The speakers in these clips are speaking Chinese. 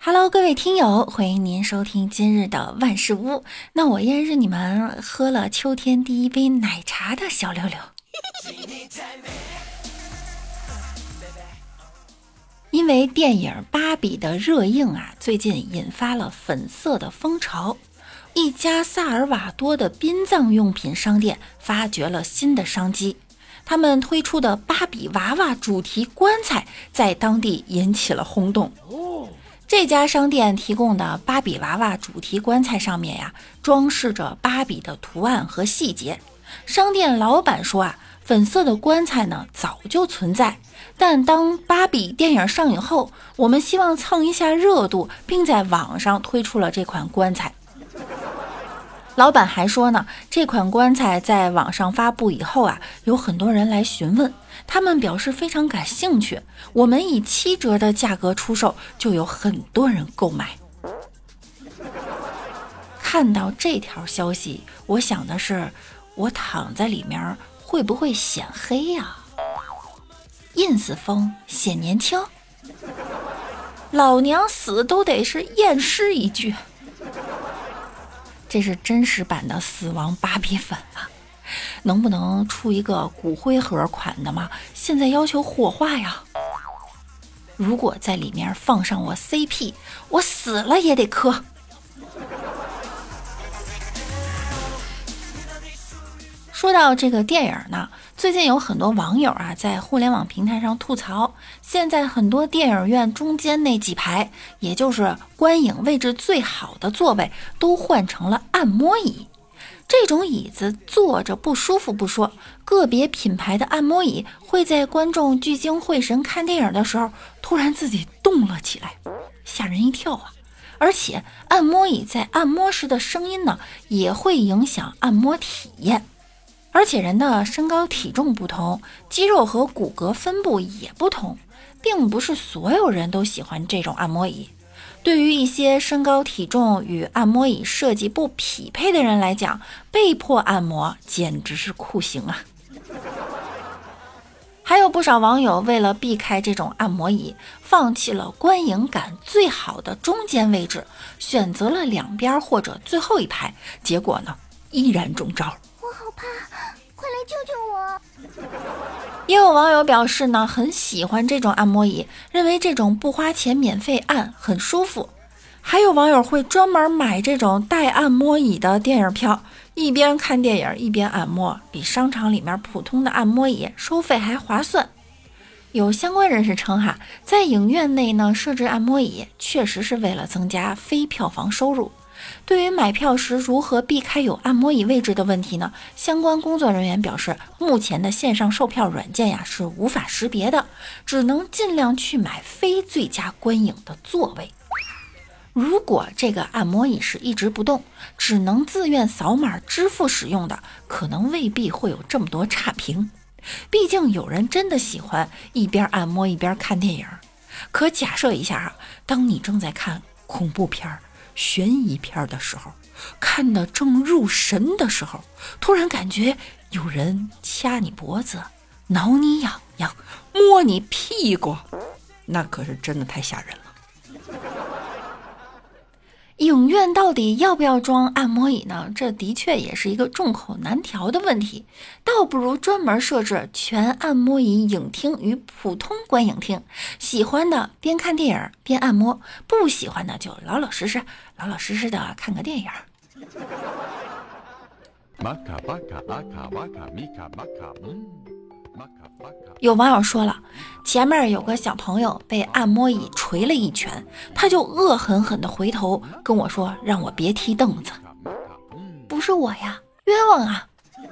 Hello，各位听友，欢迎您收听今日的万事屋。那我依然是你们喝了秋天第一杯奶茶的小六六。因为电影《芭比》的热映啊，最近引发了粉色的风潮。一家萨尔瓦多的殡葬用品商店发掘了新的商机，他们推出的芭比娃娃主题棺材在当地引起了轰动。这家商店提供的芭比娃娃主题棺材上面呀，装饰着芭比的图案和细节。商店老板说啊，粉色的棺材呢早就存在，但当芭比电影上映后，我们希望蹭一下热度，并在网上推出了这款棺材。老板还说呢，这款棺材在网上发布以后啊，有很多人来询问，他们表示非常感兴趣，我们以7折的价格出售，就有很多人购买。看到这条消息，我想的是，我躺在里面会不会显黑呀？ins 风显年轻，老娘死都得是验尸一句。这是真实版的死亡芭比粉啊，能不能出一个骨灰盒款的吗？现在要求火化呀。如果在里面放上我 CP， 我死了也得磕。说到这个电影呢，最近有很多网友啊在互联网平台上吐槽，现在很多电影院中间那几排，也就是观影位置最好的座位，都换成了按摩椅。这种椅子坐着不舒服不说，个别品牌的按摩椅会在观众聚精会神看电影的时候，突然自己动了起来，吓人一跳啊！而且按摩椅在按摩时的声音呢，也会影响按摩体验。而且人的身高体重不同，肌肉和骨骼分布也不同，并不是所有人都喜欢这种按摩椅。对于一些身高体重与按摩椅设计不匹配的人来讲，被迫按摩简直是酷刑啊！还有不少网友为了避开这种按摩椅，放弃了观影感最好的中间位置，选择了两边或者最后一排，结果呢，依然中招。 我好怕，快来救救我！ 也有网友表示呢，很喜欢这种按摩椅，认为这种不花钱免费按很舒服。还有网友会专门买这种带按摩椅的电影票，一边看电影一边按摩，比商场里面普通的按摩椅收费还划算。有相关人士称哈，在影院内呢设置按摩椅，确实是为了增加非票房收入。对于买票时如何避开有按摩椅位置的问题呢？相关工作人员表示，目前的线上售票软件呀是无法识别的，只能尽量去买非最佳观影的座位。如果这个按摩椅是一直不动，只能自愿扫码支付使用的，可能未必会有这么多差评。毕竟有人真的喜欢一边按摩一边看电影。可假设一下啊，当你正在看恐怖片、悬疑片的时候，看得正入神的时候，突然感觉有人掐你脖子，挠你痒痒，摸你屁股，那可是真的太吓人了。影院到底要不要装按摩椅呢？这的确也是一个众口难调的问题，倒不如专门设置全按摩椅影厅与普通观影厅，喜欢的边看电影边按摩，不喜欢的就老老实实的看个电影。有网友说了，前面有个小朋友被按摩椅捶了一拳，他就恶狠狠地回头跟我说，让我别踢凳子。不是我呀，冤枉啊！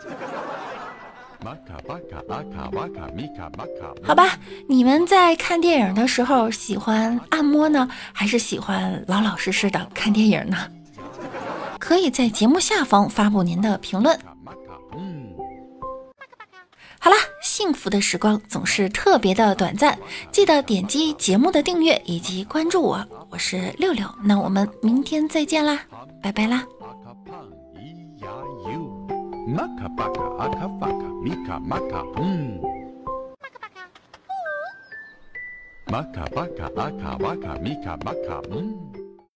好吧，你们在看电影的时候喜欢按摩呢，还是喜欢老老实实的看电影呢？可以在节目下方发布您的评论。好啦，幸福的时光总是特别的短暂，记得点击节目的订阅以及关注我，我是六六，那我们明天再见啦，拜拜啦。 玛卡巴卡阿卡哇卡米卡玛卡